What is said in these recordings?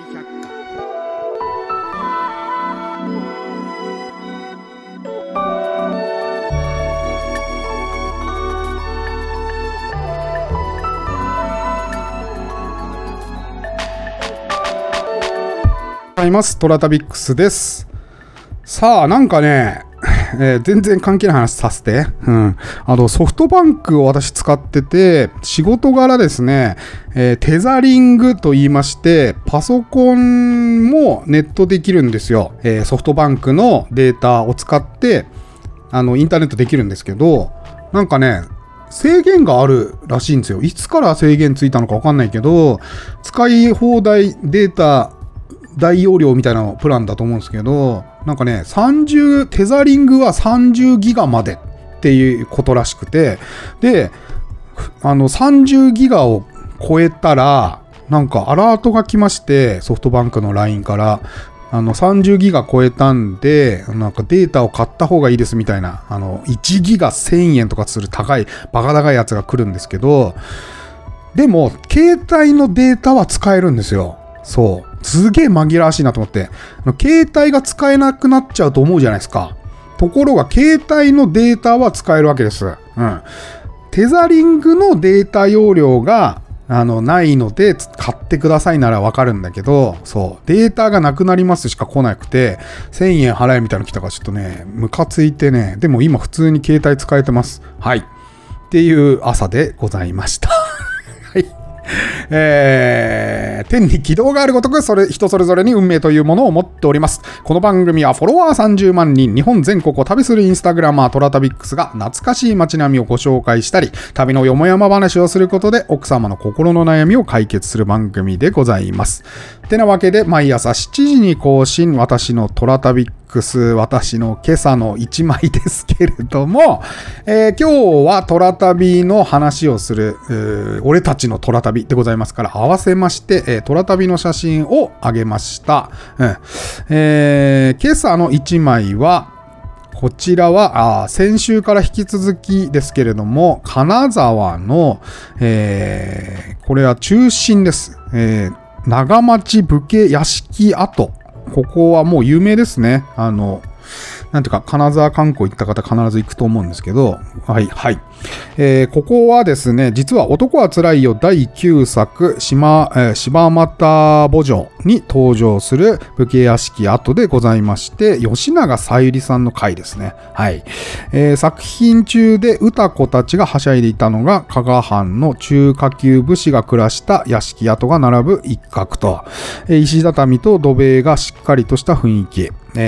いますトラタビックスです。さあなんかね、全然関係ない話させて、ソフトバンクを私使ってて、仕事柄ですね、テザリングと言いまして、パソコンもネットできるんですよ。ソフトバンクのデータを使ってインターネットできるんですけど、なんかね制限があるらしいんですよ。いつから制限ついたのかわかんないけど、使い放題データ大容量みたいなプランだと思うんですけど、なんかねテザリングは30ギガまでっていうことらしくて、で30ギガを超えたらなんかアラートが来まして、ソフトバンクの LINE から30ギガ超えたんでなんかデータを買った方がいいですみたいな、1ギガ1000円とかするバカ高いやつが来るんですけど、でも携帯のデータは使えるんですよ。そうすげえ紛らわしいなと思って、携帯が使えなくなっちゃうと思うじゃないですか。ところが携帯のデータは使えるわけです。テザリングのデータ容量がないので買ってくださいならわかるんだけど、そうデータがなくなりますしか来なくて1000円払えみたいなの来たからちょっとねムカついてね、でも今普通に携帯使えてます。はいっていう朝でございましたはい、天に軌道があるごとく人それぞれに運命というものを持っております。この番組はフォロワー30万人、日本全国を旅するインスタグラマートラタビックスが懐かしい街並みをご紹介したり、旅のよもやま話をすることで奥様の心の悩みを解決する番組でございます。てなわけで毎朝7時に更新、私のトラタビックス、私の今朝の一枚ですけれども、今日はトラ旅の話をする俺たちのトラ旅でございますから、合わせまして、トラ旅の写真をあげました。今朝の一枚はこちらは先週から引き続きですけれども、金沢の、これは中心です。長町武家屋敷跡、ここはもう有名ですね。なんていうか金沢観光行った方必ず行くと思うんですけど、はい、ここはですね、実は男はつらいよ第9作柴又墓城に登場する武家屋敷跡でございまして、吉永小百合さんの回ですね。はい、作品中で歌子たちがはしゃいでいたのが加賀藩の中下級武士が暮らした屋敷跡が並ぶ一角と、石畳と土塀がしっかりとした雰囲気、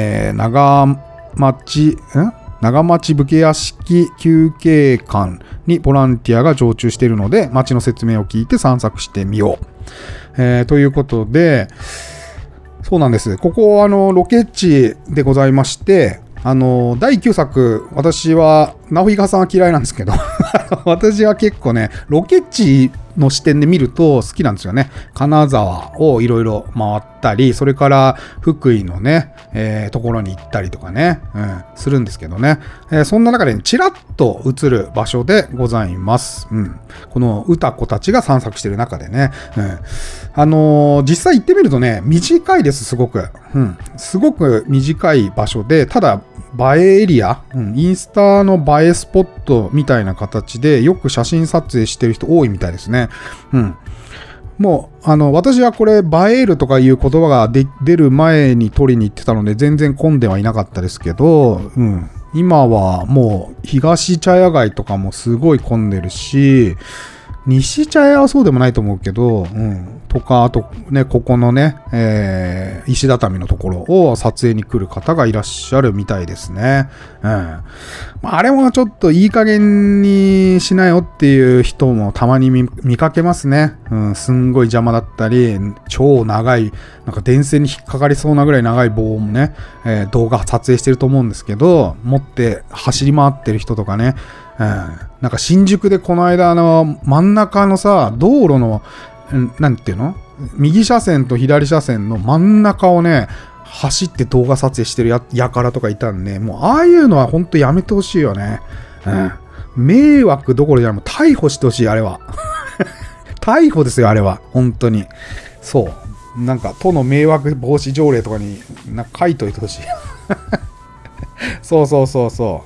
長町武家屋敷休憩館にボランティアが常駐しているので、町の説明を聞いて散策してみよう、ということで、そうなんです。ここはロケ地でございまして、第9作、私は直比賀さんは嫌いなんですけど私は結構ねロケ地の視点で見ると好きなんですよね。金沢をいろいろ回ったり、それから福井のね、ところに行ったりとかね、するんですけどね、そんな中でチラッと映る場所でございます。この歌子たちが散策してる中でね、実際行ってみるとね短いです。すごく短い場所で、ただ映えエリア、インスタの映えスポットみたいな形でよく写真撮影してる人多いみたいですね。もう私はこれ映えるとかいう言葉が出る前に撮りに行ってたので全然混んではいなかったですけど、今はもう東茶屋街とかもすごい混んでるし、西茶屋はそうでもないと思うけど、とか、あとね、ここのね、石畳のところを撮影に来る方がいらっしゃるみたいですね。あれもちょっといい加減にしなよっていう人もたまに 見かけますね。すんごい邪魔だったり、超長い、なんか電線に引っかかりそうなぐらい長い棒もね、動画撮影してると思うんですけど、持って走り回ってる人とかね、なんか新宿でこの間真ん中のさ、道路のなんていうの、右車線と左車線の真ん中をね走って動画撮影してるやからとかいたんで、もうああいうのはほんとやめてほしいよね。迷惑どころじゃない、もう逮捕してほしい。あれは逮捕ですよ、あれは本当に。そうなんか都の迷惑防止条例とかになんか書いといてほしいそうそうそうそう、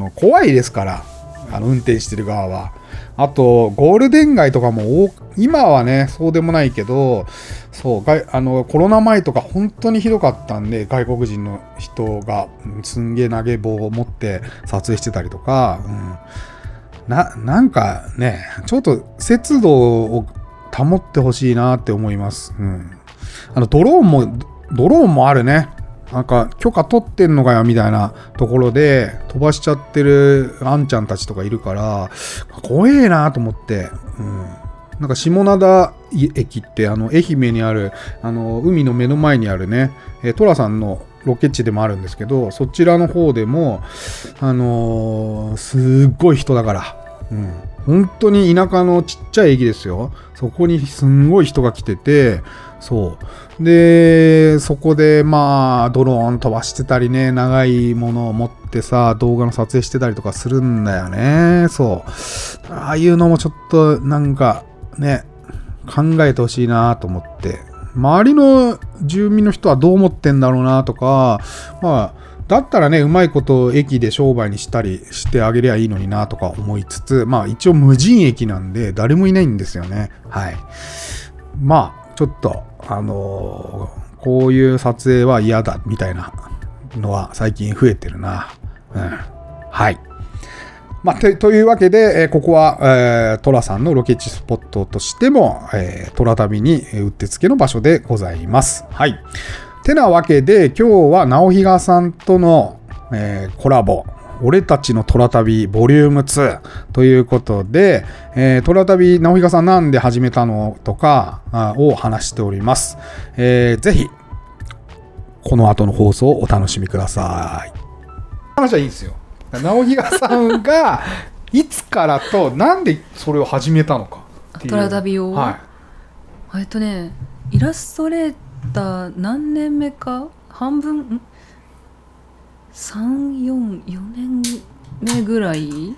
怖いですから、運転してる側は。あとゴールデン街とかも今はねそうでもないけど、そうコロナ前とか本当にひどかったんで、外国人の人がすんげえ投げ棒を持って撮影してたりとか、なんかねちょっと節度を保ってほしいなって思います。ドローンもあるね。なんか許可取ってんのかよみたいなところで飛ばしちゃってるあんちゃんたちとかいるから怖えなと思って、なんか下灘駅って愛媛にある海の目の前にあるね、寅さんのロケ地でもあるんですけど、そちらの方でもすっごい人だから、本当に田舎のちっちゃい駅ですよ。そこにすんごい人が来てて、そうでそこでまあドローン飛ばしてたりね、長いものを持ってさ動画の撮影してたりとかするんだよね。そうああいうのもちょっとなんかね考えてほしいなと思って、周りの住民の人はどう思ってんだろうなとか、まあだったらねうまいこと駅で商売にしたりしてあげりゃいいのになとか思いつつ、まあ一応無人駅なんで誰もいないんですよね。はい、まあちょっとこういう撮影は嫌だみたいなのは最近増えてるな。はい。まあ、というわけで、ここは、寅さんのロケ地スポットとしても、寅旅にうってつけの場所でございます。はい。てなわけで今日は直比嘉さんとの、コラボ。俺たちの虎旅ボリューム2ということで、虎旅直比嘉さんなんで始めたのとかを話しております。ぜひこの後の放送をお楽しみください。話はいいんですよ。直比嘉さんがいつからとなんでそれを始めたのかっていう。 虎旅を、 はい、 イラストレーター何年目か半分4年目ぐらい、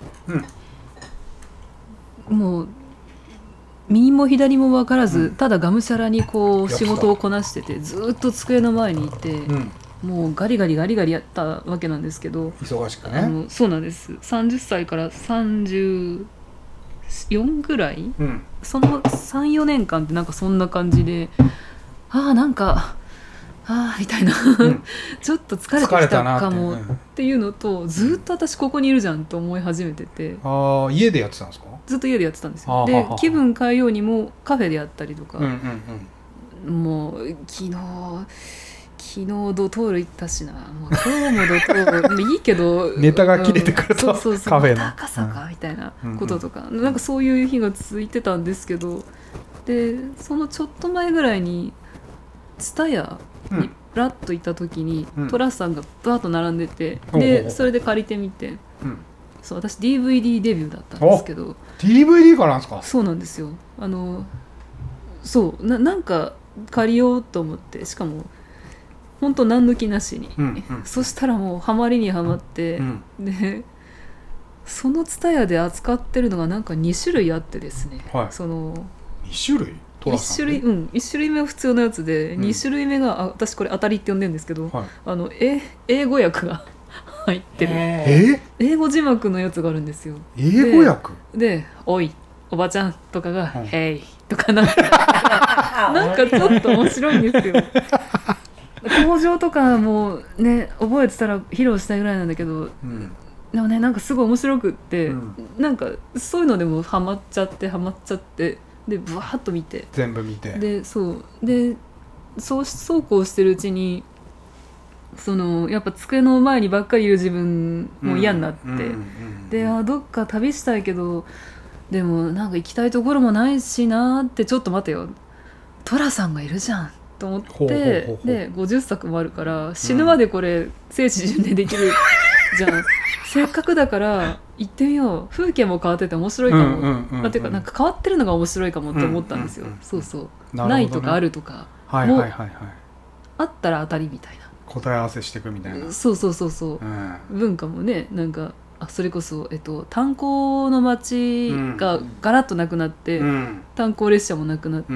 もう右も左も分からず、ただがむしゃらにこう仕事をこなしてて、ずっと机の前にいて、もうガリガリやったわけなんですけど、 忙しくね。 そうなんです。30歳から34ぐらい、その 3,4 年間ってなんかそんな感じで、なんかみたいなちょっと疲れてきたかもっていうのと、ずっと私ここにいるじゃんと思い始めてて、 家でやってたんですか？ ずっと家でやってたんですよ。で気分変えようにもカフェでやったりとか、もう昨日ドトール行ったしな、もう今日もドトールいいけどネタが切れてくると、カフェのまた赤坂みたいなこととか、なんかそういう日が続いてたんですけど、でそのちょっと前ぐらいにTSUTAYAにプラッと行った時に、トラさんがバーッと並んでて、でそれで借りてみて、そう私 DVD デビューだったんですけど。 DVD からなんですか？ そうなんですよ。そうなんか借りようと思って、しかもほんと何抜きなしに、そしたらもうハマりにハマって、でそのTSUTAYAで扱ってるのがなんか2種類あってですね、その 2種類 1種類目は普通のやつで、2種類目が私これ当たりって呼んでるんですけど、英語訳が入ってる英語字幕のやつがあるんですよ。 英語訳でおいおばちゃんとかがヘイとかなんかちょっと面白いんですよ。登場とかもね覚えてたら披露したいぐらいなんだけど、でもねなんかすごい面白くって、なんかそういうのでもハマっちゃってでブワーッと見て全部見て、 でそうこうしてるうちにやっぱ机の前にばっかりいる自分も嫌になって、でどっか旅したいけどでもなんか行きたいところもないしなってちょっと待てよ寅さんがいるじゃんと思ってで50作もあるから死ぬまでこれ聖地巡礼できるじゃんせっかくだから行ってみよう、風景も変わってて面白いかも、っていうかなんか変わってるのが面白いかもって思ったんですよ。そうそうないとかあるとかもあったら当たりみたいな、 答え合わせしていくみたいな、 そう、文化もねなんかそれこそ、炭鉱の町がガラッとなくなって、炭鉱列車もなくなって、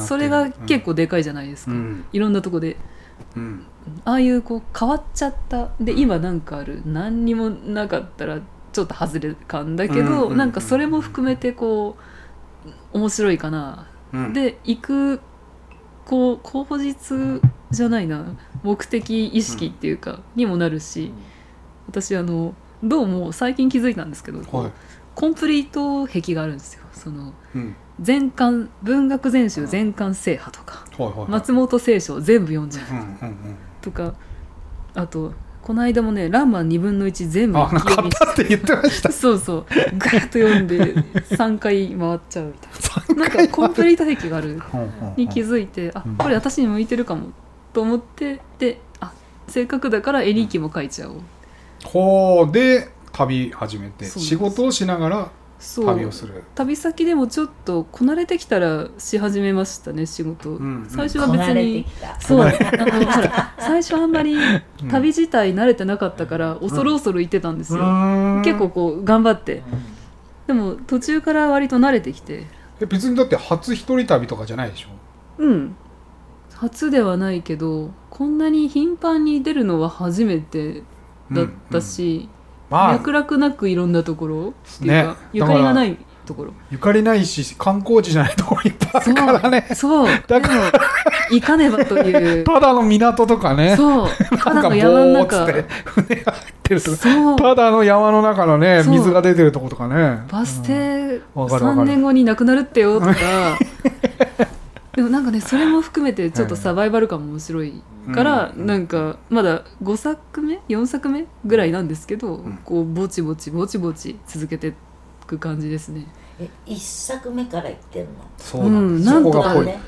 それが結構でかいじゃないですか、いろんなとこで、ああいうこう変わっちゃったで今なんかある何にもなかったらちょっと外れ感だけど、なんかそれも含めてこう面白いかな、で行くこう口実じゃないな目的意識っていうか、にもなるし、私どうも最近気づいたんですけど、コンプリート癖があるんですよ。その、全巻文学全集全巻制覇とか、松本清張全部読んじゃうとか、あとこの間もねランマン2分の1全部読みしたって言ってましたそうそうガーッと読んで3回回っちゃうみたいななんかコンプリート癖があるに気づいて、これ私に向いてるかもと思って、でせっかくだから絵日記も書いちゃおう、 で旅始めて仕事をしながら旅をする。 旅先でもちょっとこなれてきたらし始めましたね仕事、最初は別にそう最初あんまり旅自体慣れてなかったから恐る恐る行ってたんですよ、結構こう頑張って、でも途中から割と慣れてきて。 別にだって初一人旅とかじゃないでしょ。 初ではないけどこんなに頻繁に出るのは初めてだったし、脈絡なくいろんなところっていうか、ゆかりがないところ、 ゆかりないし観光地じゃないところいっぱいあるからね。 そうだから行かねばというただの港とかね、 ただの山の中船が入ってるとか、ただの山の中のね水が出てるとことかね、 バス停3年後になくなるってよとかでもなんかねそれも含めてちょっとサバイバル感も面白いから、なんかまだ5作目4作目ぐらいなんですけど、こうぼちぼち続けていく感じですね。 1作目から言ってるの。 そうなんです、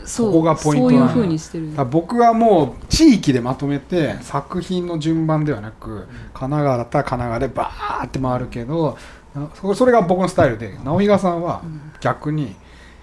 そこがポイント。 そういう風にしてる。 僕はもう地域でまとめて作品の順番ではなく、神奈川だったら神奈川でバーって回るけど、それが僕のスタイルで、直比嘉さんは逆に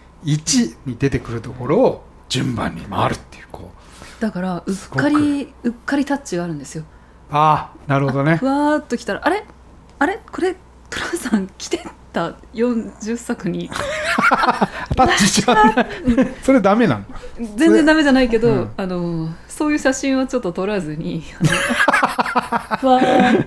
1に出てくるところを順番に回るっていう、こうだからうっかりタッチがあるんですよ。 なるほどね。 ふわーっと来たらあれこれトラさん来てた40作にタッチしちゃうそれダメなの？ 全然ダメじゃないけど、そういう写真はちょっと撮らずにわ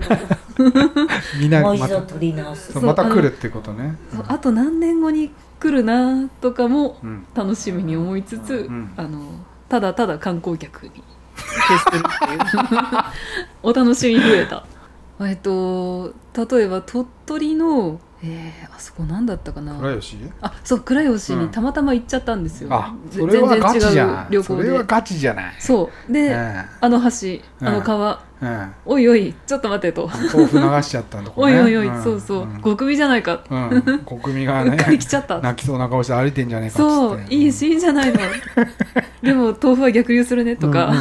もう一度撮り直す。 また来るってことね。 あと何年後に来るなとかも楽しみに思いつつ、ただただ観光客に接するっていうお楽しみ増えた。例えば鳥取の、あそこ何だったかな、 倉吉？ そう倉吉にたまたま行っちゃったんですよ、 それはガチじゃん。 旅行で。 それはガチじゃない。 そうで、あの橋、あの川、おいおいちょっと待てと豆腐流しちゃったとこね。 おい、そうそう、5組じゃないか、 5組がねうっかり来ちゃった泣きそうな顔して歩いてんじゃねえかっつって、 そういいシーンじゃないのでも豆腐は逆流するねとか、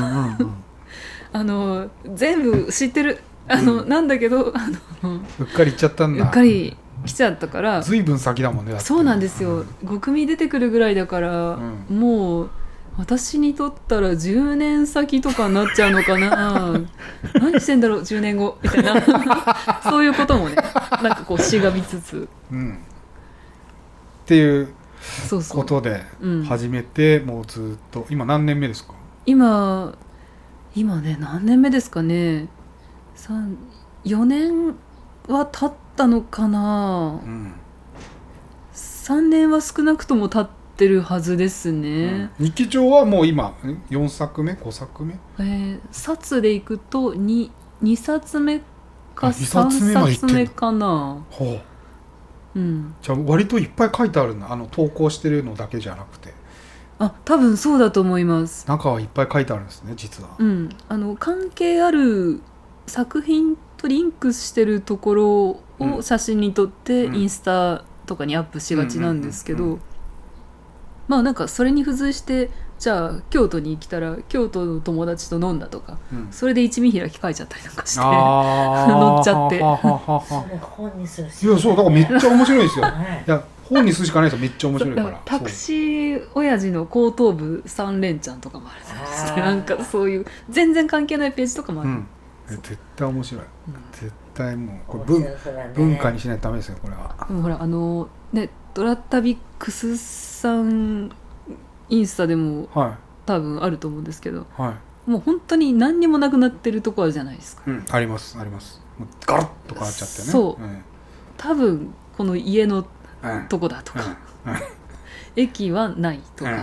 全部知ってるなんだけどうっかり行っちゃったんだ。 うっかり来ちゃったから。 ずいぶん先だもんね。 そうなんですよ、5組出てくるぐらいだから、もう私にとったら10年先とかになっちゃうのかな何してんだろう10年後みたいなそういうこともねなんかこうしがみつつ、 っていうことで始めて、もうずっと今何年目ですか？今ね何年目ですかね。4年は経ったのかな、3年は少なくとも経ってるはずですね、 日記帳はもう今4作目5作目、 冊でいくと 2冊目か3冊目かな。 じゃあ割といっぱい書いてあるんだ。投稿してるのだけじゃなくて。 多分そうだと思います。 中はいっぱい書いてあるんですね実は。 関係ある作品とリンクしてるところを写真に撮ってインスタとかにアップしがちなんですけど、なんかそれに付随してじゃあ京都に来たら京都の友達と飲んだとか、それで一味開き書いちゃったりなんかして乗っちゃってそれ本にするし。 いやそうだからめっちゃ面白いですよいや本にするしかないですよ。めっちゃ面白いから。 タクシー親父の後頭部3連チャンとかもあるじゃないですか。なんかそういう全然関係ないページとかもある。 絶対面白い、絶対もうこれ面白そうだね文化にしないとダメですよこれは。 でもほらねトラタビックスさんインスタでもは多分あると思うんですけど、 いはいもう本当に何にもなくなってるとこあるじゃないですか。 ありますあります。もうガラッと変わっちゃってね。 そううん多分この家のうんとこだとか、 うん駅はないとか、 うん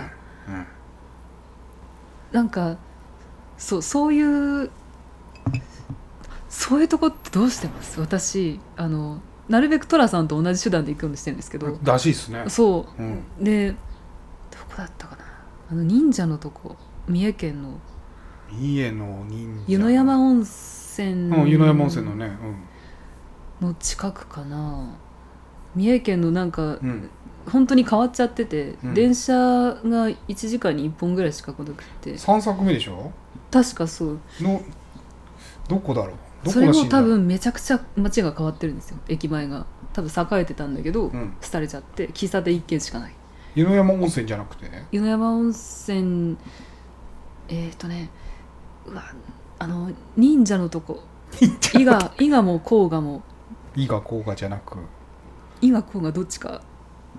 なんかそういうとこってどうしてます？私なるべくトラさんと同じ手段で行くようにしてるんですけど、 らしいですね。 そううんでどこだったかな、忍者のとこ、三重県の三重の忍者湯の山温泉湯の山温泉のねの近くかな。三重県のなんか、 うん本当に変わっちゃってて、 うん電車が1時間に1本ぐらいしか来なくて、 3作目でしょ確かそうのどこだろうどそれもこが死んだ多分めちゃくちゃ街が変わってるんですよ。駅前が多分栄えてたんだけど、 うん廃れちゃって喫茶店1軒しかない。 湯の山温泉じゃなくて湯の山温泉うわ忍者のとこ伊賀も甲賀も伊賀甲賀じゃなく伊賀甲賀どっちか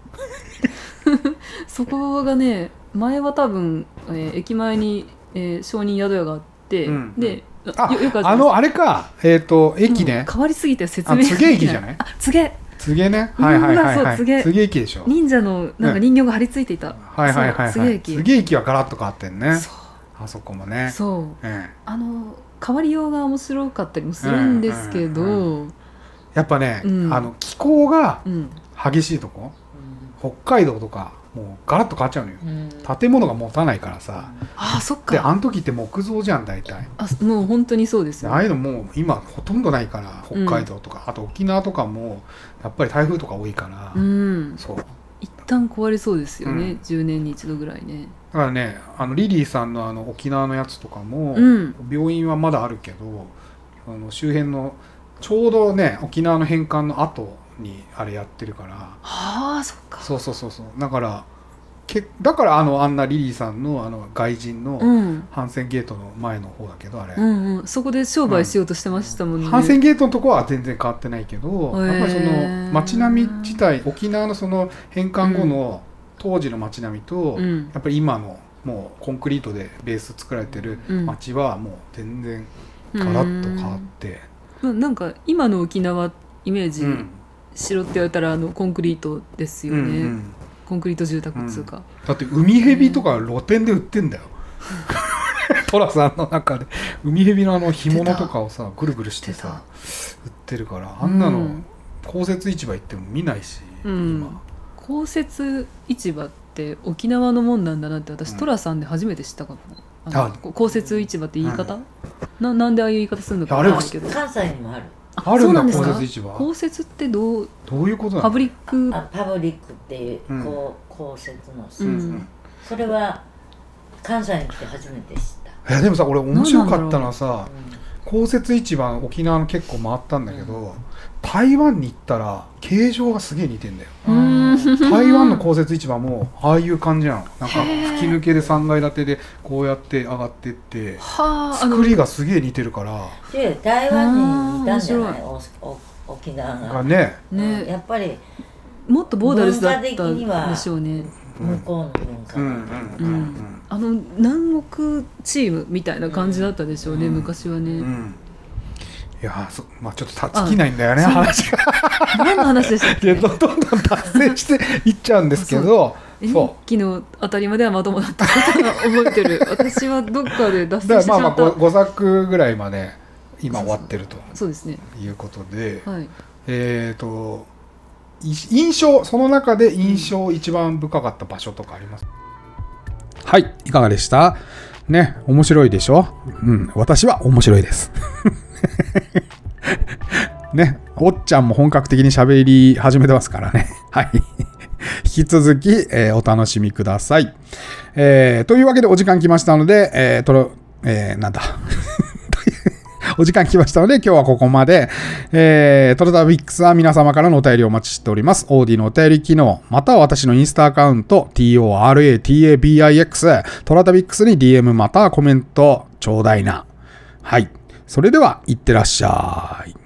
そこがね前は多分、駅前に、商人宿屋があって、 うんでよくあれか駅ね変わりすぎて説明柘植駅じゃない柘植柘植ねはいはいはいはいそう柘植駅でしょ忍者のなんか人形が貼り付いていた、 はいはいはいそう柘植駅、 柘植駅はガラッと変わってんねそうあそこもねそうええ変わりようが面白かったりもするんですけど、 うんやっぱねうん気候がうん激しいとこ北海道とかもうガラッと変わっちゃうのよ建物が持たないからさあそっでかの時って木造じゃん大体もう本当にそうですよ、 ああいうのもう今ほとんどないから北海道とか、あと沖縄とかもやっぱり台風とか多いから、 うんそうだ一旦壊れそうですよね、 うん 10年に一度ぐらいね。 からねリリーさんの沖縄のやつとかも、 うん病院はまだあるけど周辺のちょうどね沖縄の返還の後にあれやってるからはあそっかそうだからあんなリリーさんの外人のうんハンセンゲートの前の方だけどあれ、 うんうん、そこで商売しようとしてましたもんね、 ハンセンゲートのとこは全然変わってないけど、やっぱりそのへー街並み自体沖縄のその返還後の当時の街並みと、 うんやっぱり今のもうコンクリートでベース作られてる街はもう全然ガラッと変わって、 なんか今の沖縄イメージ、 うん城って言われたらコンクリートですよね、 うんうんコンクリート住宅っつうか、 だって海蛇とか露店で売ってんだよ、トラさんの中で海蛇の干物とかをさぐるぐるしてさ売ってるからあんなの公設市場行っても見ないし、今公設市場って沖縄のもんなんだなって私、トラさんで初めて知ったかも。公設市場って言い方、なんでああいう言い方するのか分からないけど、 関西にもある。 あるんだそうなんですか。 公設市場公設ってどういうことなの？ パブリックパブリックっていう、 うん公設の、 うんそれは関西に来て初めて知った。 でもさ俺面白かったのはさう公設市場沖縄の結構回ったんだけど、台湾に行ったら形状がすげえ似てんだよ。台湾の公設市場もああいう感じなの。なんか吹き抜けで3階建てでこうやって上がってって作りがすげえ似てるからで台湾にいたんじゃないあ沖縄がが、 ねやっぱりもっとボーダレスだったんでしょうね。 向こうの文化南国チームみたいな感じだったでしょうね、昔はね。 いやまあちょっと尽きないんだよね話が。 何の話でしたっけ？ どんどん達成していっちゃうんですけど、 そう昨日あたりまではまともだったことが覚えてる。私はどっかで脱線してしまった。 5作ぐらいまで今終わってるとそうですね。 いうことで、 はい、 その中で印象一番深かった場所とかあります？はい、いかがでしたね？面白いでしょ？私は面白いですね、おっちゃんも本格的に喋り始めてますからね。はい引き続き、お楽しみください。というわけでお時間来ましたので、お時間来ましたので今日はここまで。トラタビックスは皆様からのお便りをお待ちしております。オーディのお便り機能、または私のインスタアカウント、TORATABIX、トラタビックスに DM またはコメントちょうだいな。はい。それでは、いってらっしゃい。